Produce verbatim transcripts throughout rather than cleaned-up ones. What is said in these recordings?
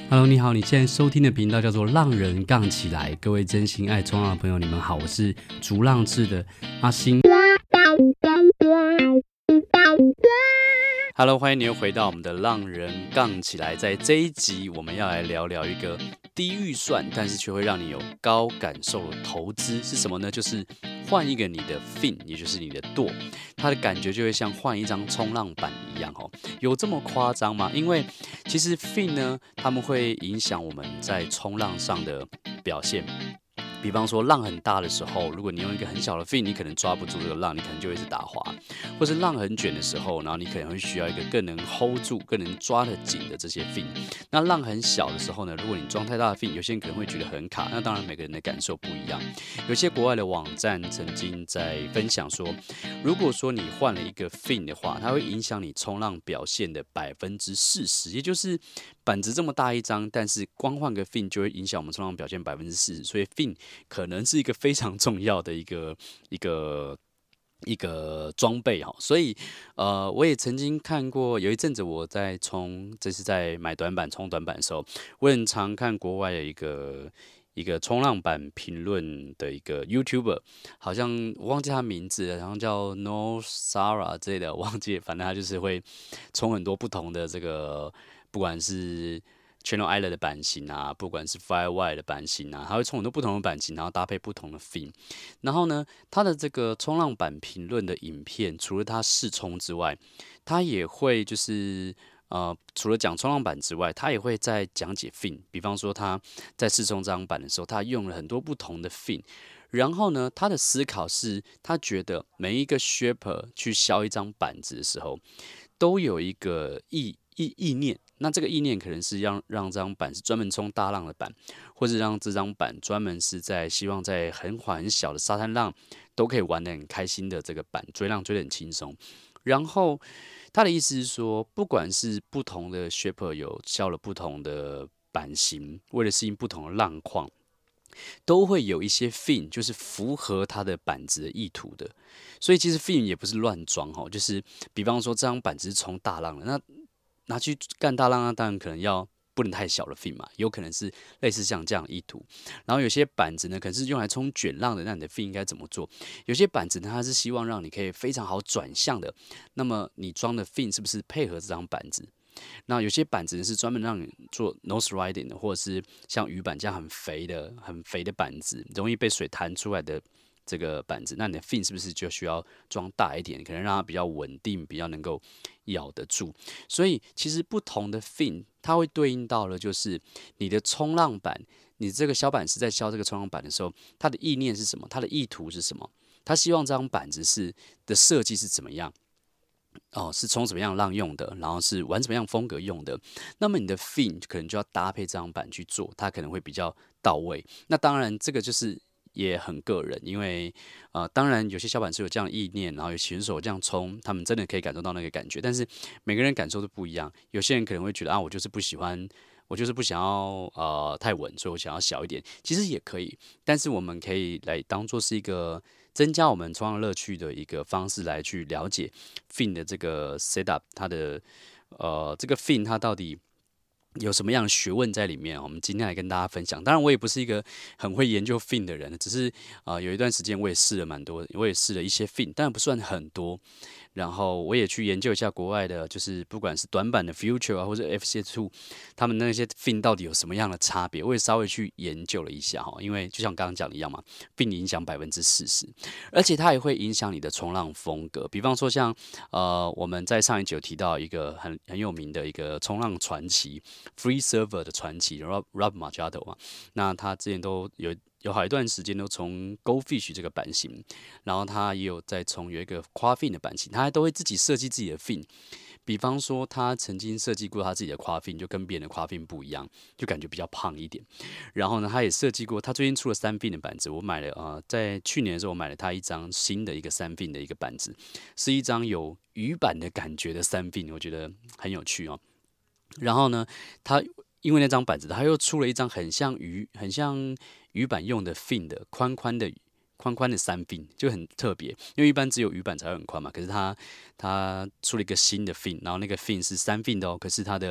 Hello， 你好，你现在收听的频道叫做浪人杠起来。各位真心爱冲浪的朋友，你们好，我是逐浪志的阿星。Hello， 欢迎你又回到我们的浪人杠起来。在这一集，我们要来聊聊一个低预算，但是却会让你有高感受的投资是什么呢？就是换一个你的 fin， 也就是你的舵，它的感觉就会像换一张冲浪板一样哦。有这么夸张吗？因为其实 fin 呢，他们会影响我们在冲浪上的表现。比方说浪很大的时候，如果你用一个很小的 fin， 你可能抓不住这个浪，你可能就会一直打滑；或是浪很卷的时候，然后你可能会需要一个更能 hold 住、更能抓得紧的这些 fin。那浪很小的时候呢，如果你装太大的 fin， 有些人可能会觉得很卡。那当然每个人的感受不一样。有些国外的网站曾经在分享说，如果说你换了一个 fin 的话，它会影响你冲浪表现的百分之四十，也就是板子这么大一张，但是光换个 fin 就会影响我们冲浪表现百分之四十，所以 fin 可能是一个非常重要的一个一个一个装备哈。所以呃，我也曾经看过，有一阵子我在冲，这是在买短板冲短板的时候，我很常看国外的一个。一个冲浪板评论的一个 YouTuber， 好像我忘记他名字了，好像叫 No Sara 之类的，我忘记了，反正他就是会冲很多不同的这个，不管是 Channel Island 的版型啊，不管是 Firewire 的版型啊，他会冲很多不同的版型，然后搭配不同的 fin。然后呢，他的这个冲浪板评论的影片，除了他试冲之外，他也会就是呃，除了讲冲浪板之外，他也会在讲解 fin。比方说他在试冲这张板的时候，他用了很多不同的 fin。然后呢，他的思考是，他觉得每一个 shaper 去削一张板子的时候，都有一个意意意念。那这个意念可能是让让这张板是专门冲大浪的板，或者让这张板专门是在希望在很缓很小的沙滩浪都可以玩得很开心的这个板，追浪追得很轻松。然后他的意思是说，不管是不同的 shaper 有削了不同的版型，为了适应不同的浪况，都会有一些 fin， 就是符合他的板子的意图的。所以其实 fin 也不是乱装哈，就是比方说这张板子是冲大浪的，那拿去干大浪，那当然可能要不能太小的 fin 嘛，有可能是类似像这样意图。然后有些板子呢，可能是用来冲卷浪的，那你的 fin 应该怎么做？有些板子呢，它是希望让你可以非常好转向的，那么你装的 fin 是不是配合这张板子？那有些板子是专门让你做 nose riding 的，或者是像鱼板这样很肥的、很肥的板子，容易被水弹出来的这个板子，那你的 fin 是不是就需要装大一点，可能让它比较稳定，比较能够咬得住？所以其实不同的 fin， 它会对应到的就是你的冲浪板，你这个小板师在削这个冲浪板的时候，它的意念是什么？它的意图是什么？他希望这张板子是的设计是怎么样？哦，是冲什么样的浪用的，然后是玩什么样风格用的，那么你的 fin 可能就要搭配这张板去做，它可能会比较到位。那当然，这个就是也很个人，因为呃，当然有些小板是有这样的意念，然后有选手这样冲，他们真的可以感受到那个感觉，但是每个人感受都不一样。有些人可能会觉得啊，我就是不喜欢。我就是不想要呃太稳，所以我想要小一点，其实也可以，但是我们可以来当做是一个增加我们冲浪乐趣的一个方式来去了解 fin 的这个 setup， 它的呃这个 fin 它到底有什么样的学问在里面？我们今天来跟大家分享。当然，我也不是一个很会研究 fin 的人，只是啊、呃、有一段时间我也试了蛮多，我也试了一些 fin，但不算很多。然后我也去研究一下国外的，就是不管是短板的 Future 啊，或者 F C 二，他们那些 fin 到底有什么样的差别？我也稍微去研究了一下哈，因为就像刚刚讲的一样嘛，fin 影响百分之四十，而且它也会影响你的冲浪风格。比方说像呃我们在上一集有提到一个很很有名的一个冲浪传奇 Free Server 的传奇 Rob Rob Machado 嘛，那他之前都有。有好一段时间都从 Goldfish 这个版型，然后他也有在从有一个 Quad Fin 的版型，他还都会自己设计自己的 fin。比方说，他曾经设计过他自己的 Quad Fin，就跟别人的 Quad Fin 不一样，就感觉比较胖一点。然后呢，他也设计过，他最近出了三 fin 的板子，我买了呃，在去年的时候我买了他一张新的一个三 fin 的一个板子，是一张有鱼板的感觉的三 fin，我觉得很有趣哦。然后呢，他因为那张板子，他又出了一张很像鱼、很像鱼板用的 fin 的宽宽的宽宽的三 fin，就很特别。因为一般只有鱼板才会很宽嘛，可是他他出了一个新的 fin，然后那个 fin 是三 fin 的哦，可是它的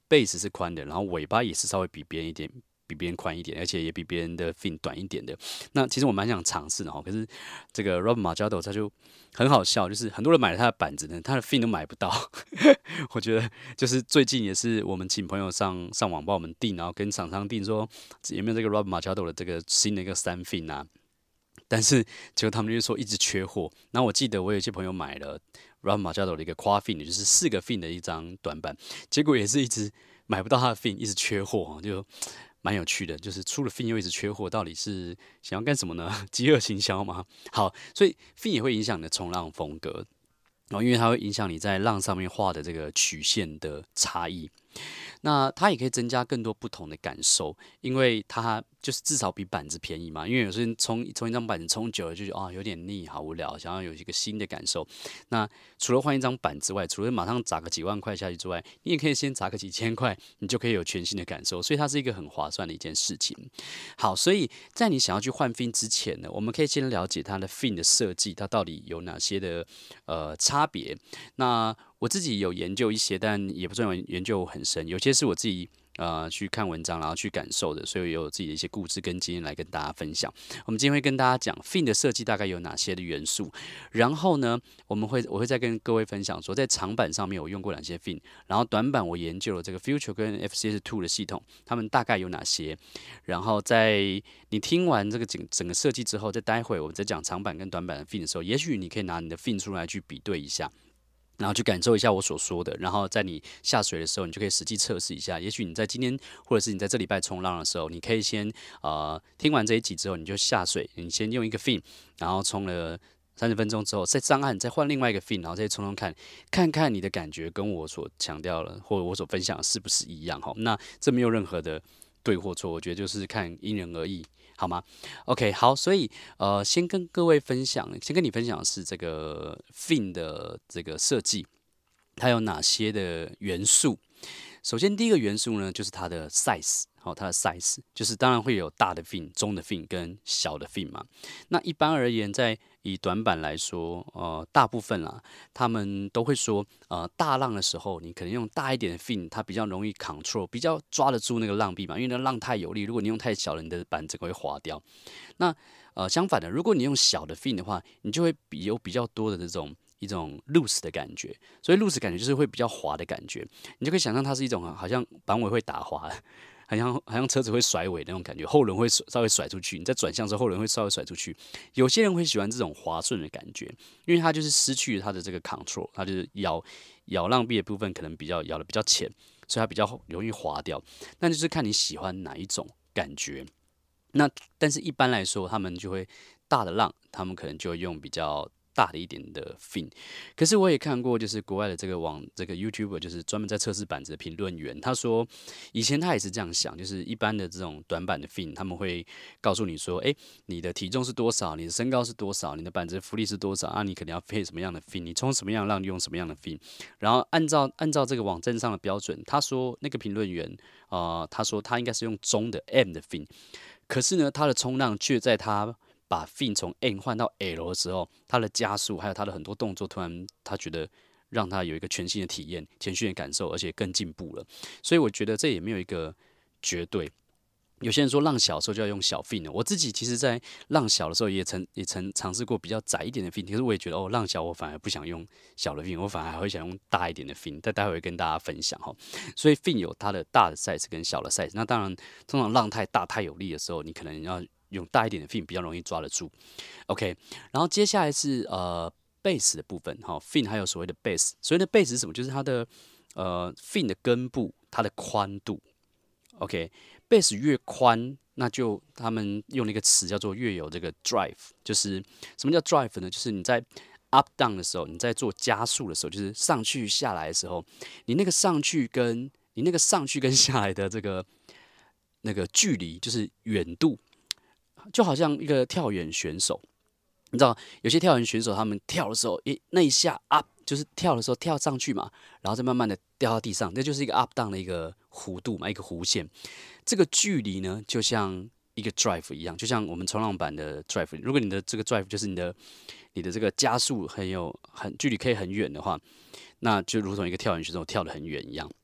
base 是宽的，然后尾巴也是稍微比别人一点。比别人宽一点，而且也比别人的 fin 短一点的。那其实我蛮想尝试的哈，可是这个 Robert Machado 他就很好笑，就是很多人买了他的板子呢，他的 fin 都买不到。我觉得就是最近也是我们请朋友上上网帮我们订，然后跟厂商订说有没有这个 Robert Machado 的这个新的一个三 fin 啊。但是结果他们就说一直缺货。然后我记得我有些朋友买了 Robert Machado 的一个 quad fin， 就是四个 fin 的一张短板，结果也是一直买不到他的 fin， 一直缺货，就蛮有趣的。就是出了 fin 又一直缺货，到底是想要干什么呢？饥饿行销吗？好，所以 fin 也会影响你的冲浪风格，然后因为它会影响你在浪上面画的这个曲线的差异。那它也可以增加更多不同的感受，因为它就是至少比板子便宜嘛。因为有些人冲冲一张板子冲久了就觉得啊有点腻，好无聊，想要有一个新的感受。那除了换一张板之外，除了马上砸个几万块下去之外，你也可以先砸个几千块，你就可以有全新的感受。所以它是一个很划算的一件事情。好，所以在你想要去换 fin 之前呢，我们可以先了解它的 fin 的设计，它到底有哪些的呃差别。那我自己有研究一些，但也不算有研究很深，有些是我自己呃去看文章，然后去感受的，所以有自己的一些故事跟经验来跟大家分享。我们今天会跟大家讲 fin 的设计大概有哪些的元素，然后呢，我们会我会再跟各位分享说，在长板上面我用过哪些 fin，然后短板我研究了这个 Future 跟 F C S 二 的系统，他们大概有哪些，然后在你听完这个整整个设计之后，在待会我们在讲长板跟短板的 fin 的时候，也许你可以拿你的 fin 出来去比对一下。然后去感受一下我所说的，然后在你下水的时候，你就可以实际测试一下。也许你在今天，或者是你在这礼拜冲浪的时候，你可以先呃听完这一集之后，你就下水，你先用一个 fin，然后冲了三十分钟之后，再上岸，再换另外一个 fin，然后再冲冲看，看看你的感觉跟我所强调的或者我所分享的是不是一样哈？那这没有任何的对或错，我觉得就是看因人而异。好吗 ？OK， 好，所以呃，先跟各位分享，先跟你分享的是这个 fin 的这个设计，它有哪些的元素？首先，第一个元素呢，就是它的 size， 好、哦，它的 size 就是当然会有大的 fin、中的 fin 跟小的 fin 嘛。那一般而言，在以短板来说，呃，大部分啦，他们都会说，呃，大浪的时候，你可能用大一点的 fin，它比较容易 control，比较抓得住那个浪壁嘛，因为那浪太有力，如果你用太小了，你的板整个会滑掉。那呃，相反的，如果你用小的 fin 的话，你就会比有比较多的这种一种 loose 的感觉，所以 loose 感觉就是会比较滑的感觉，你就可以想象它是一种好像板尾会打滑，好像好像车子会甩尾那种感觉，后轮会稍微甩出去，你在转向的时候后轮会稍微甩出去。有些人会喜欢这种滑顺的感觉，因为它就是失去了它的这个 control，它就是咬咬浪壁的部分可能比较咬的比较浅，所以它比较容易滑掉。那就是看你喜欢哪一种感觉。那但是一般来说，他们就会大的浪，他们可能就会用比较大的一点的 fin。可是我也看过，就是国外的这个网这个 YouTuber， 就是专门在测试板子的评论员，他说以前他也是这样想，就是一般的这种短板的 fin，他们会告诉你说，哎，你的体重是多少，你的身高是多少，你的板子浮力是多少啊，你可能要配什么样的 fin，你冲什么样的浪用什么样的 fin，然后按照按照这个网站上的标准，他说那个评论员，呃，他说他应该是用中的 M 的 fin。可是呢，他的冲浪却在他把 fin 从 N 换到 L 的时候，他的加速还有他的很多动作，突然他觉得让他有一个全新的体验、全新的感受，而且更进步了。所以我觉得这也没有一个绝对。有些人说浪小的时候就要用小 fin 了，我自己其实在浪小的时候也曾也曾尝试过比较窄一点的 fin，可是我也觉得哦，浪小我反而不想用小的 fin，我反而还会想用大一点的 fin，但待会会跟大家分享哈。所以 fin 有它的大的 size 跟小的 size，那当然通常浪太大太有力的时候，你可能要用大一点的 fin 比较容易抓得住。OK，然后接下来是呃 base 的部分哈 ，fin 还有所谓的 base，所谓的 base 是什么？就是它的呃 fin 的根部它的宽度。OK，base 越宽，那就他们用了一个词叫做越有这个 drive， 就是什么叫 drive 呢？就是你在 up down 的时候，你在做加速的时候，就是上去下来的时候，你那个上去跟你那个上去跟下来的这个那个距离，就是远度，就好像一个跳远选手。你知道有些跳远选手他们跳的时候，诶，那一下 up 就是跳的时候跳上去嘛，然后再慢慢的掉到地上，那就是一个 up down 的一个弧度嘛，一个弧线。这个距离呢，就像一个 drive 一样，就像我们冲浪板的 drive。如果你的这个 drive 就是你的你的这个加速很有很距离可以很远的话，那就如同一个跳远选手跳得很远一样。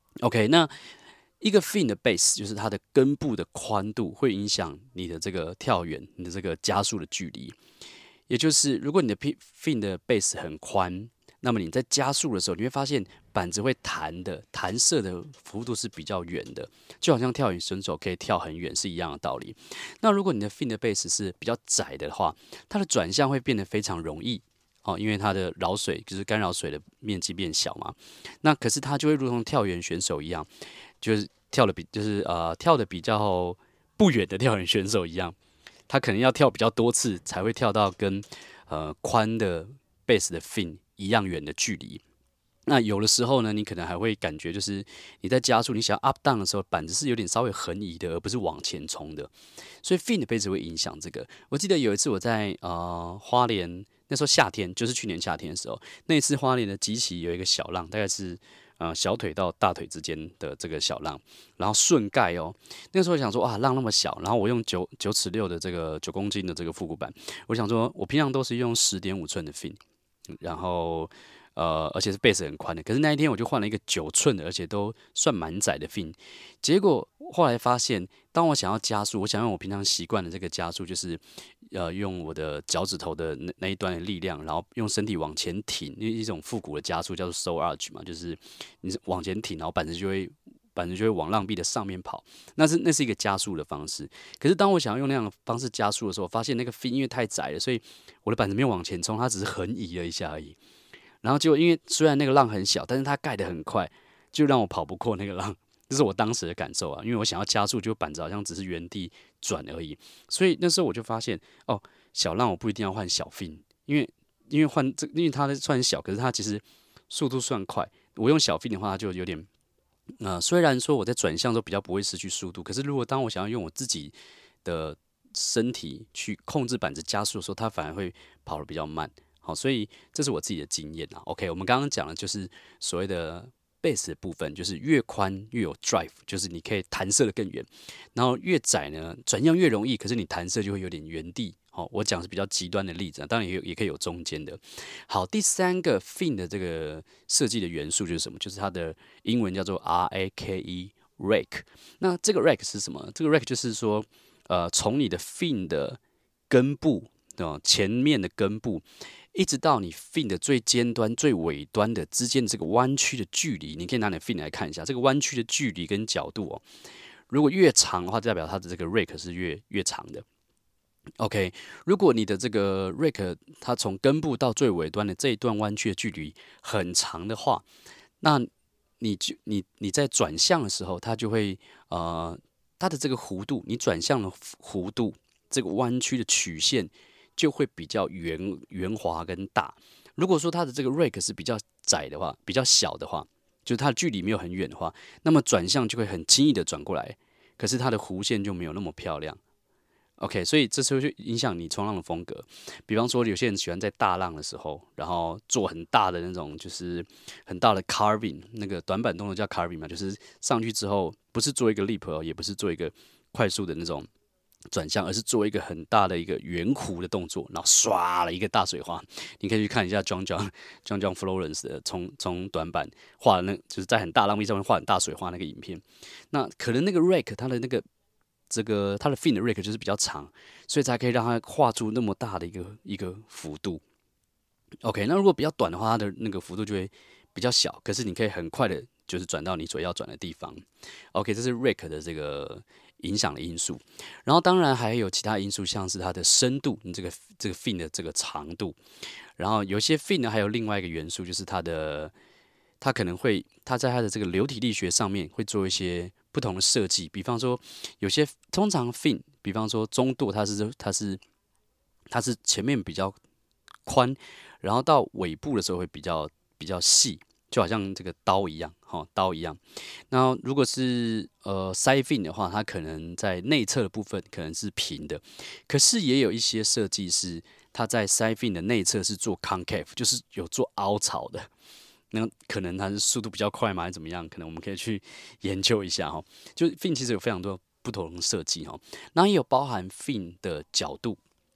OK，那一个 fin 的 base 就是它的根部的宽度，会影响你的这个跳远，你的这个加速的距离。也就是如果你的 fin 的 base 很宽，那么你在加速的时候，你会发现板子会弹的，弹射的幅度是比较远的，就好像跳远选手可以跳很远是一样的道理。那如果你的 fin 的 base 是比较窄的话，它的转向会变得非常容易。哦，因为它的绕水就是干扰水的面积变小嘛，那可是它就会如同跳远选手一样，就是跳的比就是呃跳的比较不远的跳远选手一样，他可能要跳比较多次才会跳到跟呃宽的 base 的 fin 一样远的距离。那有的时候呢，你可能还会感觉就是你在加速，你想要 up down 的时候，板子是有点稍微横移的，而不是往前冲的。所以 fin 的 base 会影响这个。我记得有一次我在呃花莲，那时候夏天，就是去年夏天的时候，那一次花莲的极起有一个小浪，大概是呃小腿到大腿之间的这个小浪，然后顺盖哦。那个时候想说哇，浪那么小，然后我用九九尺六的这个九公斤的这个复古板，我想说我平常都是用十点五寸的 fin，然后。呃，而且是 base 很宽的，可是那一天我就换了一个九寸的，而且都算蛮窄的 fin。结果后来发现，当我想要加速，我想用我平常习惯的这个加速，就是呃用我的脚趾头的那那一端的力量，然后用身体往前挺，因为一种复古的加速叫做 soul arch 嘛，就是你往前挺，然后板子就会板子就会往浪壁的上面跑，那是那是一个加速的方式。可是当我想要用那样的方式加速的时候，我发现那个 fin 因为太窄了，所以我的板子没有往前冲，它只是横移了一下而已。然后结果因为虽然那个浪很小，但是它盖得很快，就让我跑不过那个浪。这是我当时的感受啊，因为我想要加速，就板子好像只是原地转而已。所以那时候我就发现，哦，小浪我不一定要换小 fin，因为因为换这，因为它算小，可是它其实速度算快。我用小 fin 的话，它就有点，呃，虽然说我在转向都比较不会失去速度，可是如果当我想要用我自己的身体去控制板子加速的时候，它反而会跑得比较慢。好，所以这是我自己的经验啊。OK，我们刚刚讲的就是所谓的 base 的部分，就是越宽越有 drive，就是你可以弹射的更远，然后越窄呢，转向越容易，可是你弹射就会有点原地。好，我讲是比较极端的例子啊，当然也有也可以有中间的。好，第三个 fin 的这个设计的元素就是什么？就是它的英文叫做 R A K E rake。那这个 rake 是什么？这个 rake 就是说，呃，从你的 fin 的根部哦，前面的根部。一直到你 fin 的最尖端、最尾端的之间的这个弯曲的距离，你可以拿你的 fin 来看一下，这个弯曲的距离跟角度哦，如果越长的话，代表它的这个 rake 是越越长的。OK，如果你的这个 rake 它从根部到最尾端的这一段弯曲的距离很长的话，那你就你你在转向的时候，它就会呃它的这个弧度，你转向的弧度，这个弯曲的曲线。就会比较圆圆滑跟大。如果说它的这个 rake 是比较窄的话，比较小的话，就是它的距离没有很远的话，那么转向就会很轻易的转过来，可是它的弧线就没有那么漂亮。OK，所以这时候就影响你冲浪的风格。比方说，有些人喜欢在大浪的时候，然后做很大的那种，就是很大的 carving，那个短板动作叫 carving 嘛，就是上去之后不是做一个 leap 哦，也不是做一个快速的那种。转向，而是做一个很大的一个圆弧的动作，然后刷了一个大水花。你可以去看一下 John John John John Florence 的从从短板画的那，就是在很大浪壁上面画很大水花那个影片。那可能那个 rake 它的那个这个它的 fin 的 rake 就是比较长，所以才可以让它画出那么大的一个一个幅度。OK，那如果比较短的话，它的那个幅度就会比较小，可是你可以很快的，就是转到你所要转的地方。OK，这是 rake 的这个影响的因素。然后当然还有其他因素，像是它的深度，你这个这个 fin 的这个长度。然后有些 fin 呢，还有另外一个元素，就是它的它可能会它在它的这个流体力学上面会做一些不同的设计。比方说，有些通常 fin，比方说中度，它是它是它是前面比较宽，然后到尾部的时候会比较比较细，就好像这个刀一样，哈，刀一样。那如果是呃 side fin 的话，它可能在内侧的部分可能是平的，可是也有一些设计是它在 side fin 的内侧是做 concave，就是有做凹槽的。那可能它是速度比较快嘛，还是怎么样？可能我们可以去研究一下哈。就 fin 其实有非常多不同的设计哈，然后也有包含 fin 的角度。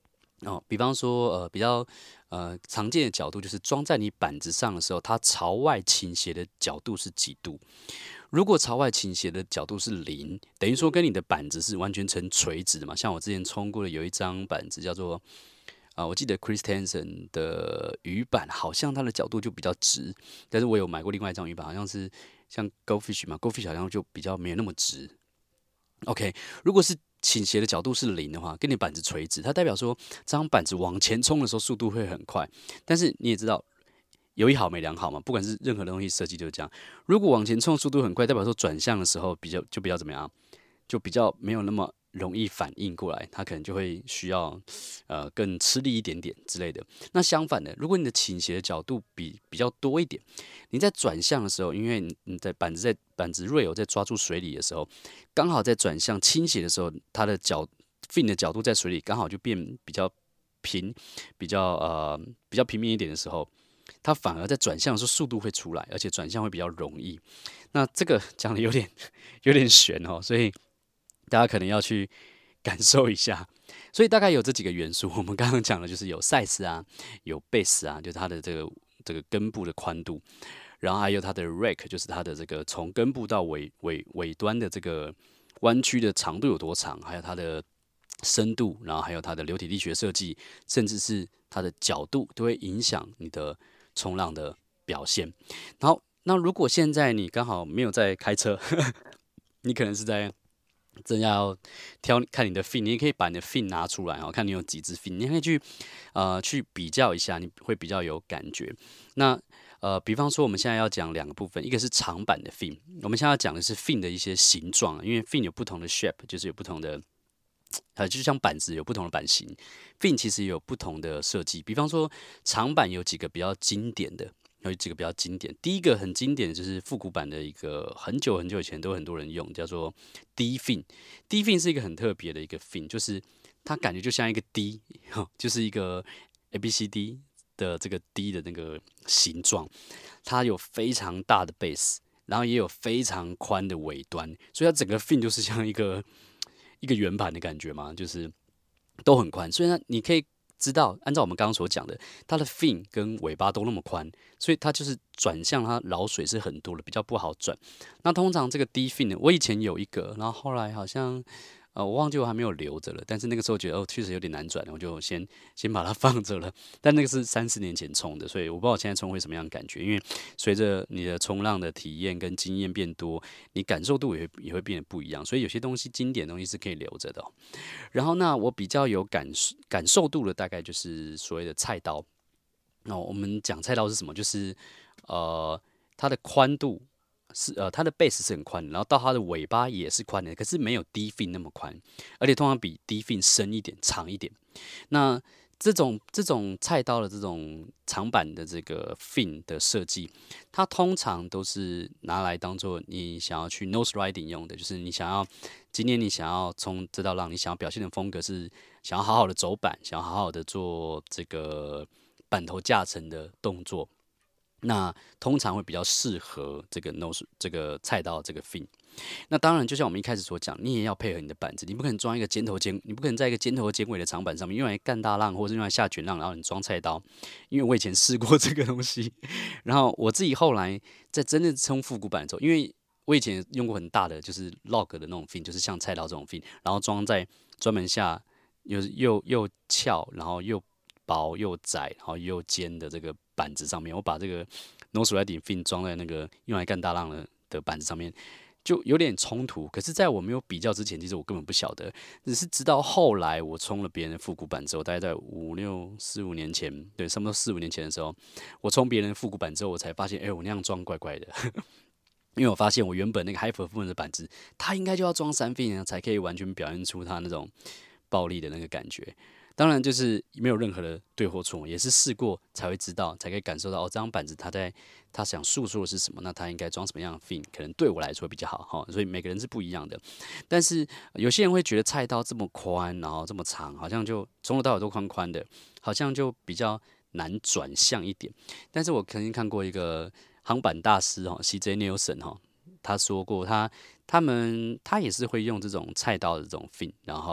哦，比方说，呃，比较呃常见的角度就是装在你板子上的时候，它朝外倾斜的角度是几度？如果朝外倾斜的角度是零，等于说跟你的板子是完全呈垂直的嘛。像我之前冲过的有一张板子叫做啊、呃我记得 Chris Hansen 的鱼板，好像它的角度就比较直，但是我有买过另外一张鱼板，好像是像 Goldfish 嘛，Goldfish 好像就比较没有那么直。OK，如果是倾斜的角度是零的话，跟你板子垂直，它代表说这张板子往前冲的时候速度会很快。但是你也知道，有一好没两好嘛，不管是任何的东西设计就是这样。如果往前冲速度很快，代表说转向的时候比较就比较怎么样，就比较没有那么容易反应过来，它可能就会需要呃更吃力一点点之类的。那相反的，如果你的倾斜的角度比比较多一点，你在转向的时候，因为你你在板子在板子 rail 在抓住水里的时候，刚好在转向倾斜的时候，它的角 fin 的角度在水里刚好就变比较平，比较呃比较平面一点的时候，它反而在转向的时候速度会出来，而且转向会比较容易。那这个讲的有点有点悬哦，所以大家可能要去感受一下。所以大概有这几个元素，我们刚刚讲的就是有 size 啊，有 base 啊，就是它的这个这个根部的宽度，然后还有它的 rake，就是它的这个从根部到尾尾尾端的这个弯曲的长度有多长，还有它的深度，然后还有它的流体力学设计，甚至是它的角度，都会影响你的冲浪的表现。然后，那如果现在你刚好没有在开车，你可能是在正要挑看你的 fin，你也可以把你的 fin 拿出来哦，看你有几只 fin，你可以去呃去比较一下，你会比较有感觉。那呃，比方说我们现在要讲两个部分，一个是长板的 fin，我们现在要讲的是 fin 的一些形状，因为 fin 有不同的 shape，就是有不同的。呃，就像板子有不同的版型，fin 其实也有不同的设计。比方说长板有几个比较经典的，有几个比较经典。第一个很经典的就是复古版的一个，很久很久以前都很多人用，叫做 D fin。D fin 是一个很特别的一个 fin，就是它感觉就像一个 D，就是一个 A B C D 的这个 D 的那个形状，它有非常大的 base，然后也有非常宽的尾端，所以它整个 fin 就是像一个一个圆盘的感觉嘛，就是都很宽。所以呢，你可以知道，按照我们刚刚所讲的，它的 fin 跟尾巴都那么宽，所以它就是转向它绕水是很多的，比较不好转。那通常这个低 fin 呢，我以前有一个，然后后来好像呃，我忘记我还没有留着了，但是那个时候觉得哦，确实有点难转，我就先先把它放着了。但那个是三四年前冲的，所以我不知道我现在冲会什么样的感觉。因为随着你的冲浪的体验跟经验变多，你感受度也会也会变得不一样。所以有些东西经典的东西是可以留着的哦。然后那我比较有感感受度的，大概就是所谓的菜刀。那、我们讲菜刀是什么？就是呃，它的宽度是呃，它的 base 是很宽的，然后到它的尾巴也是宽的，可是没有低 fin 那么宽，而且通常比低 fin 深一点、长一点。那这种这种菜刀的这种长板的这个 fin 的设计，它通常都是拿来当做你想要去 nose riding 用的，就是你想要今天你想要冲这道浪，你想要表现的风格是想要好好的走板，想要好好的做这个板头架成的动作。那通常会比较适合这个 nose 这个菜刀这个 fin。那当然，就像我们一开始所讲，你也要配合你的板子，你不可能装一个尖头尖，你不可能在一个尖头尖尾的长板上面用来干大浪，或是用来下卷浪，然后你装菜刀。因为我以前试过这个东西，然后我自己后来在真正冲复古板的时候，因为我以前用过很大的就是 log 的那种 fin，就是像菜刀这种 fin，然后装在专门下又又又翘，然后又薄又窄，然后又尖的这个板子上面，我把这个 nose riding fin 装在那个用来干大浪的的板子上面，就有点冲突。可是，在我没有比较之前，其实我根本不晓得，只是直到后来我冲了别人的复古板之后，大概在五六四五年前，对，差不多四五年前的时候，我冲别人的复古板之后，我才发现，哎、我那样装怪怪的。因为我发现我原本那个 high performance 的板子，它应该就要装三 fin 才可以完全表现出它那种暴力的那个感觉。当然，就是没有任何的对或错，也是试过才会知道，才可以感受到哦，这张板子它在它想诉说的是什么，那它应该装什么样的 fin，可能对我来说比较好哈。所以每个人是不一样的。但是有些人会觉得菜刀这么宽，然后这么长，好像就从头到尾都宽宽的，好像就比较难转向一点。但是我曾经看过一个航板大师哈，C J Nielsen 哈，他说过他他们他也是会用这种菜刀的这种 fin，然后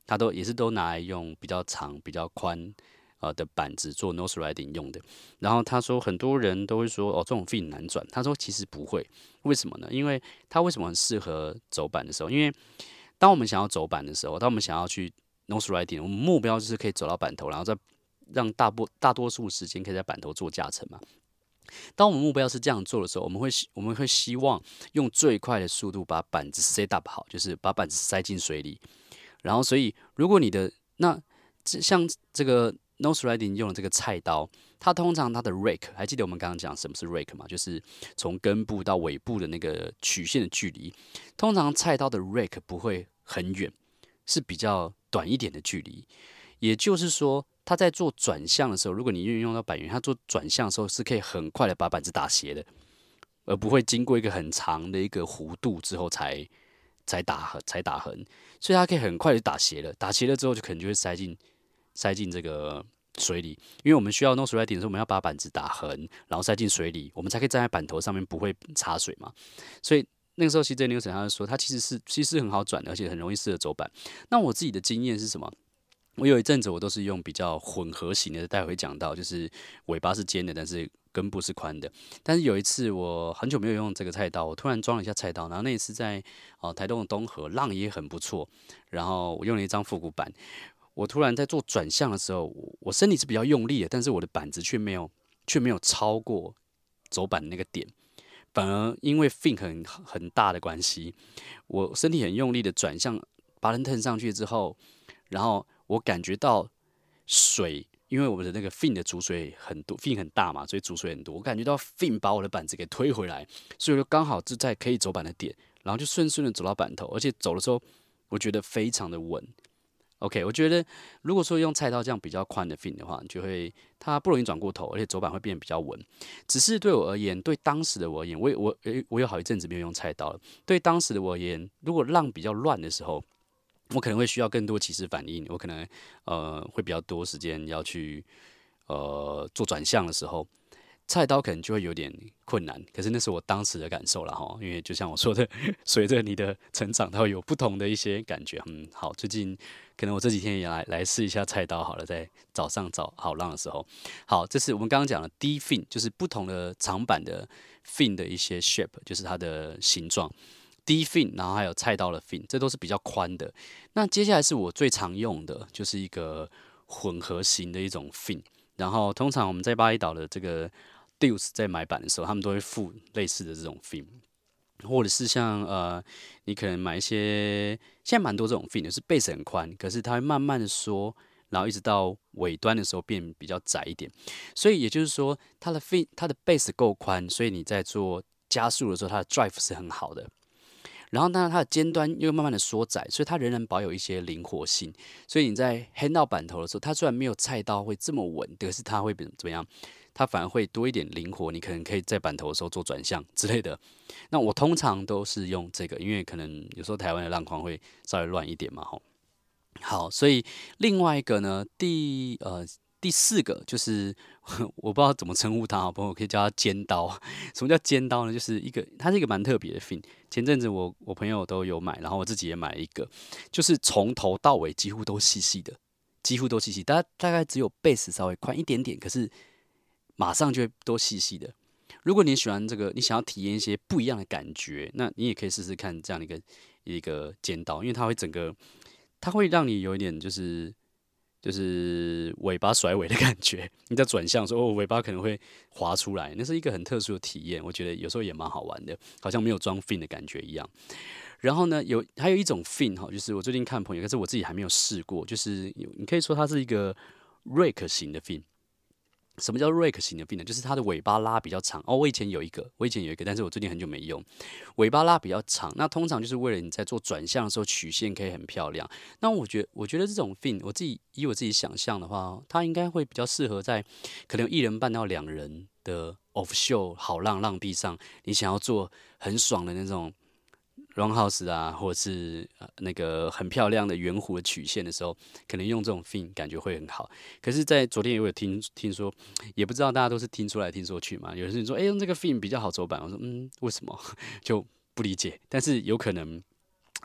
它都也是都拿来用比较长、比较宽呃的板子做 nose riding 用的。然后他说很多人都会说哦这种 fin 难转，他说其实不会，为什么呢？因为它为什么很适合走板的时候？因为当我们想要走板的时候，当我们想要去 nose riding，我们目标就是可以走到板头，然后再让大多大多数时间可以在板头做驾乘嘛。当我们目标是这样做的时候，我们会我们会希望用最快的速度把板子 set up 好，就是把板子塞进水里。然后，所以如果你的那像这个 nose riding 用的这个菜刀，它通常它的 rake， 还记得我们刚刚讲什么是 rake 吗？就是从根部到尾部的那个曲线的距离。通常菜刀的 rake 不会很远，是比较短一点的距离。也就是说，它在做转向的时候，如果你运用到板圆，它做转向的时候是可以很快的把板子打斜的，而不会经过一个很长的一个弧度之后才才打横才打横，所以它可以很快的打斜了。打斜了之后，就可能就会塞进塞进这个水里，因为我们需要 nose riding 的时候，我们要把板子打横，然后塞进水里，我们才可以站在板头上面不会插水嘛。所以那个时候，其实 Newton 他就说，它其实是其实很好转的，而且很容易适合走板。那我自己的经验是什么？我有一阵子我都是用比较混合型的，待会讲到，就是尾巴是尖的，但是根部是宽的。但是有一次我很久没有用这个菜刀，我突然装了一下菜刀，然后那一次在哦、呃、台东的东河浪也很不错，然后我用了一张复古板，我突然在做转向的时候，我我身体是比较用力的，但是我的板子却没有却没有超过走板的那个点，反而因为 fin 很很大的关系，我身体很用力的转向，把人腾上去之后，然后我感觉到水，因为我们的那个 fin 的主水很多，fin 很大嘛，所以主水很多。我感觉到 fin 把我的板子给推回来，所以我就刚好是在可以走板的点，然后就顺顺的走到板头，而且走的时候我觉得非常的稳。OK，我觉得如果说用菜刀这样比较宽的 fin 的话，就会它不容易转过头，而且走板会变得比较稳。只是对我而言，对当时的我而言，我我我有好一阵子没有用菜刀了。对当时的我而言，如果浪比较乱的时候，我可能会需要更多起始反应，我可能呃会比较多时间要去呃做转向的时候，菜刀可能就会有点困难。可是那是我当时的感受了哈，因为就像我说的，随着你的成长，它会有不同的一些感觉。嗯，好，最近可能我这几天也来来试一下菜刀好了，在早上找好浪的时候。好，这是我们刚刚讲的低 fin，就是不同的长板的 fin 的一些 shape，就是它的形状。低 fin，然后还有菜刀的 fin，这都是比较宽的。那接下来是我最常用的，就是一个混合型的一种 fin。然后通常我们在巴厘岛的这个 Deals 在买板的时候，他们都会附类似的这种 fin，或者是像呃，你可能买一些，现在蛮多这种 fin 的，是 base 很宽，可是它会慢慢的缩，然后一直到尾端的时候变比较窄一点。所以也就是说，它的 fin 它的 base 够宽，所以你在做加速的时候，它的 drive 是很好的。然后呢，它的尖端又慢慢的缩窄，所以它仍然保有一些灵活性。所以你在 hand 到板头的时候，它虽然没有菜刀会这么稳，可是它会怎么样？它反而会多一点灵活，你可能可以在板头的时候做转向之类的。那我通常都是用这个，因为可能有时候台湾的浪况会稍微乱一点嘛，吼。好，所以另外一个呢，第呃第四个就是我不知道怎么称呼它，不过我可以叫它尖刀。什么叫尖刀呢？就是一个它是一个蛮特别的 fin。前阵子我我朋友都有买，然后我自己也买了一个，就是从头到尾几乎都细细的，几乎都细细，大大概只有 base 稍微宽一点点，可是马上就会都细细的。如果你喜欢这个，你想要体验一些不一样的感觉，那你也可以试试看这样的一个一个尖刀，因为它会整个，它会让你有一点就是就是尾巴甩尾的感觉。你在转向的时候，哦，尾巴可能会滑出来，那是一个很特殊的体验。我觉得有时候也蛮好玩的，好像没有装 fin 的感觉一样。然后呢，有还有一种 fin 哈，就是我最近看朋友，可是我自己还没有试过，就是你可以说它是一个 rake 型的 fin。什么叫 rake 型的 fin 呢？就是它的尾巴拉比较长哦。我以前有一个，我以前有一个，但是我最近很久没用。尾巴拉比较长，那通常就是为了你在做转向的时候曲线可以很漂亮。那我觉得，我觉得这种 fin，我自己以我自己想象的话，它应该会比较适合在可能有一人半到两人的 offshore 好浪浪地上，你想要做很爽的那种 roundhouse 啊，或者是、呃、那个很漂亮的圆弧的曲线的时候，可能用这种 fin 感觉会很好。可是，在昨天也有听听说，也不知道大家都是听出来听说去嘛。有人说，哎、欸，用这个 fin 比较好走板。我说，嗯，为什么？就不理解。但是有可能我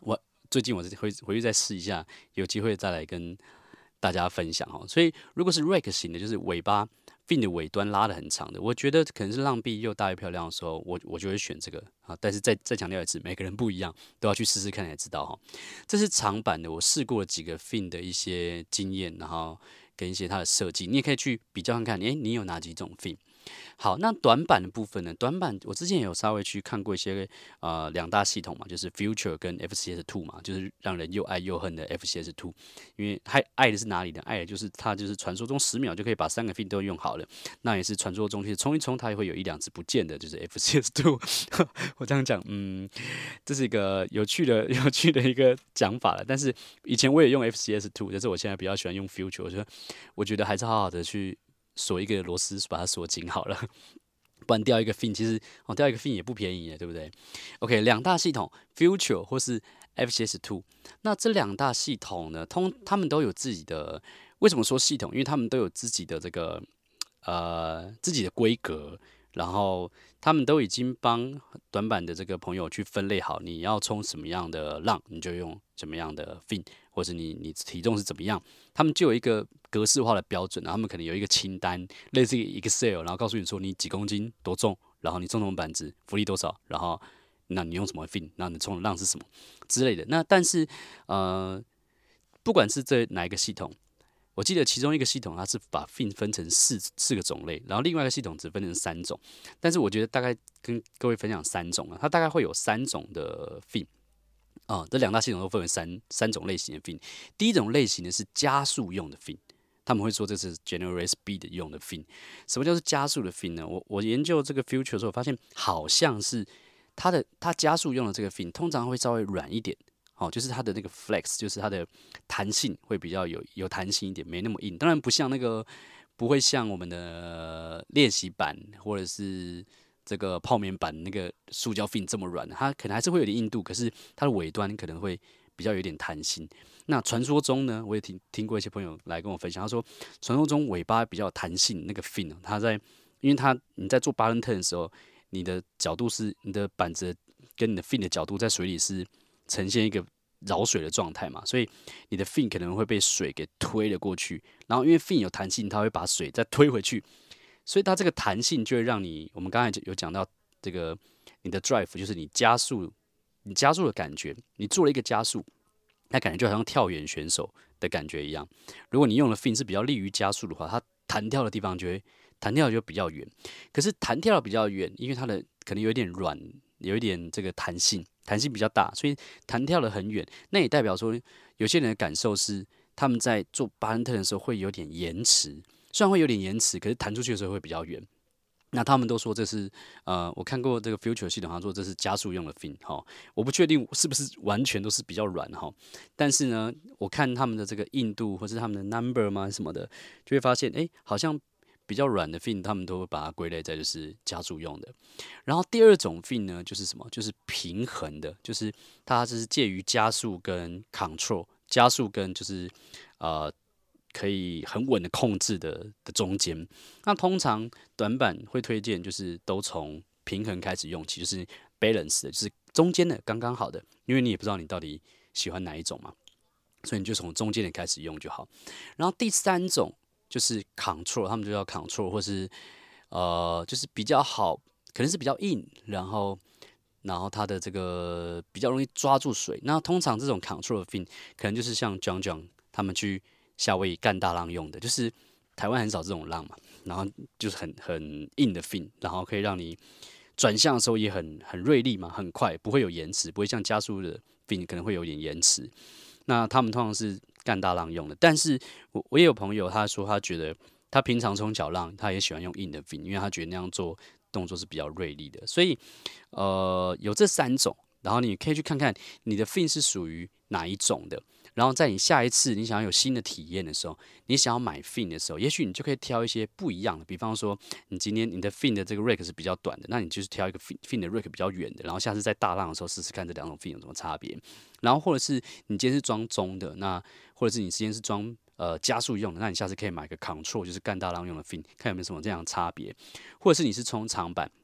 最近我会回去再试一下，有机会再来跟大家分享哦。所以如果是 rake 型的，就是尾巴 fin 的尾端拉的很长的，我觉得可能是浪壁又大又漂亮的时候，我我就会选这个啊。但是再再强调一次，每个人不一样，都要去试试看才知道哈。这是长版的，我试过了几个 fin 的一些经验，然后跟一些它的设计，你也可以去比较看看，诶，你有哪几种 fin？好，那短板的部分呢？短板我之前也有稍微去看过一些呃两大系统嘛，就是 Future 跟 F C S Two 嘛，就是让人又爱又恨的 F C S Two。因为爱爱的是哪里呢？爱的就是它就是传说中十秒就可以把三个 fin 都用好了，那也是传说中其实冲一冲它也会有一两只不见的，就是 F C S Two。我这样讲，嗯，这是一个有趣的有趣的一个讲法了。但是以前我也用 F C S Two，但是我现在比较喜欢用 Future，我觉得我觉得还是好好的去锁一个螺丝，把它锁紧好了。不然掉一个 fin，其实哦掉一个 fin 也不便宜耶，对不对 ？OK， 两大系统 Future 或是 F C S Two， 那这两大系统呢，通他们都有自己的。为什么说系统？因为他们都有自己的这个呃自己的规格，然后他们都已经帮短板的这个朋友去分类好，你要冲什么样的浪，你就用什么样的 fin，或者你你体重是怎么样，他们就有一个格式化的标准，然后他们可能有一个清单，类似于 Excel， 然后告诉你说你几公斤多重，然后你冲什么板子，浮力多少，然后那你用什么 fin， 那你冲的浪是什么之类的。那但是呃，不管是这哪一个系统。我记得其中一个系统它是把 fin 分成四四个种类，然后另外一个系统只分成三种。但是我觉得大概跟各位分享三种啊，它大概会有三种的 fin 啊、呃，这两大系统都分为三三种类型的 fin。第一种类型的是加速用的 fin，他们会说这是 generate speed 用的 fin。什么叫做加速的 fin 呢？我我研究这个 future 的时候发现，好像是它的它加速用的这个 fin 通常会稍微软一点。哦，就是它的那个 flex，就是它的弹性会比较有有弹性一点，没那么硬。当然不像那个，不会像我们的练习板或者是这个泡面板那个塑胶 fin 这么软，它可能还是会有点硬度，可是它的尾端可能会比较有点弹性。那传说中呢，我也听听过一些朋友来跟我分享，他说传说中尾巴比较有弹性那个 fin，它在因为它你在做 bottom turn 的时候，你的角度是你的板子跟你的 fin 的角度在水里是呈现一个绕水的状态嘛，所以你的 fin 可能会被水给推了过去，然后因为 fin 有弹性，它会把水再推回去，所以它这个弹性就会让你，我们刚才有讲到这个你的 drive 就是你加速，你加速的感觉，你做了一个加速，那感觉就好像跳远选手的感觉一样。如果你用的 fin 是比较利于加速的话，它弹跳的地方就会弹跳就比较远，可是弹跳比较远，因为它的可能有一点软，有一点这个弹性。弹性比较大，所以弹跳的很远，那也代表说有些人的感受是他们在做巴恩特的时候会有点延迟，虽然会有点延迟，可是弹出去的时候会比较远。那他们都说这是呃，我看过这个 Future 系统，他说这是加速用的 fin 哈，我不确定是不是完全都是比较软哈，但是呢，我看他们的这个硬度或是他们的 number 吗什么的，就会发现哎，好像比较软的 fin，他们都会把它归类在就是加速用的。然后第二种 fin 呢，就是什么？就是平衡的，就是它就是介于加速跟 control，加速跟就是呃可以很稳的控制的的中间。那通常短板会推荐就是都从平衡开始用起，就是 balance 的，就是中间的刚刚好的，因为你也不知道你到底喜欢哪一种嘛，所以你就从中间的开始用就好。然后第三种就是 control，他们就叫 control，或是呃就是比较好。可能是比较硬，然后然后它的这个比较容易抓住水。那通常这种 control fin 可能就是像 John John 他们去夏威夷干大浪用的，就是台湾很少这种浪嘛，然后就是很很硬的 fin，然后可以让你转向的时候也很很锐利嘛，很快，不会有延迟，不会像加速的 fin 可能会有点延迟。那他们通常是干大浪用的，但是我我也有朋友他说他觉得他平常冲小浪，他也喜欢用硬的 fin，因为他觉得那样做动作是比较锐利的，所以呃有这三种，然后你可以去看看你的 fin 是属于哪一种的，然后在你下一次你想要有新的体验的时候，你想要买 fin 的时候，也许你就可以挑一些不一样的，比方说你今天你的 fin 的这个 rake 是比较短的，那你就是挑一个 fin fin 的 rake 比较远的，然后下次在大浪的时候试试看这两种 fin 有什么差别，然后或者是你今天是装中的，那或者是你今天是装呃加速用的，那你下次可以买个 control，就是干大浪用的 fin，看有没有什么这样的差别，或者是你是冲长板。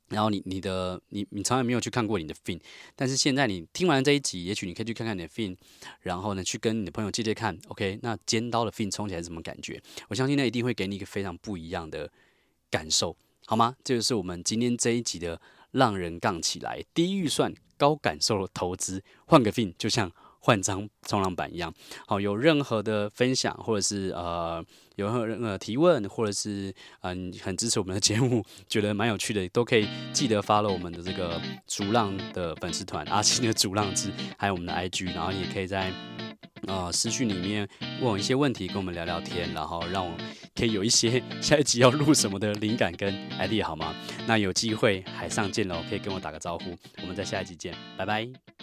然后你你的你你从来没有去看过你的 fin，但是现在你听完这一集，也许你可以去看看你的 fin，然后呢去跟你的朋友借借看，OK，那尖刀的 fin 冲起来是什么感觉？我相信那一定会给你一个非常不一样的感受，好吗？这就是我们今天这一集的浪人杠起来，低预算高感受的投资，换个 fin 就像换张冲浪板一样。好，有任何的分享或者是呃有任何提问，或者是嗯、呃、很支持我们的节目，觉得蛮有趣的，都可以记得 follow 我们的这个逐浪的粉丝团阿星的逐浪志，还有我们的 I G， 然后也可以在呃私讯里面问我一些问题，跟我们聊聊天，然后让我可以有一些下一集要录什么的灵感跟 idea 好吗？那有机会海上见喽，可以跟我打个招呼，我们在下一集见，拜拜。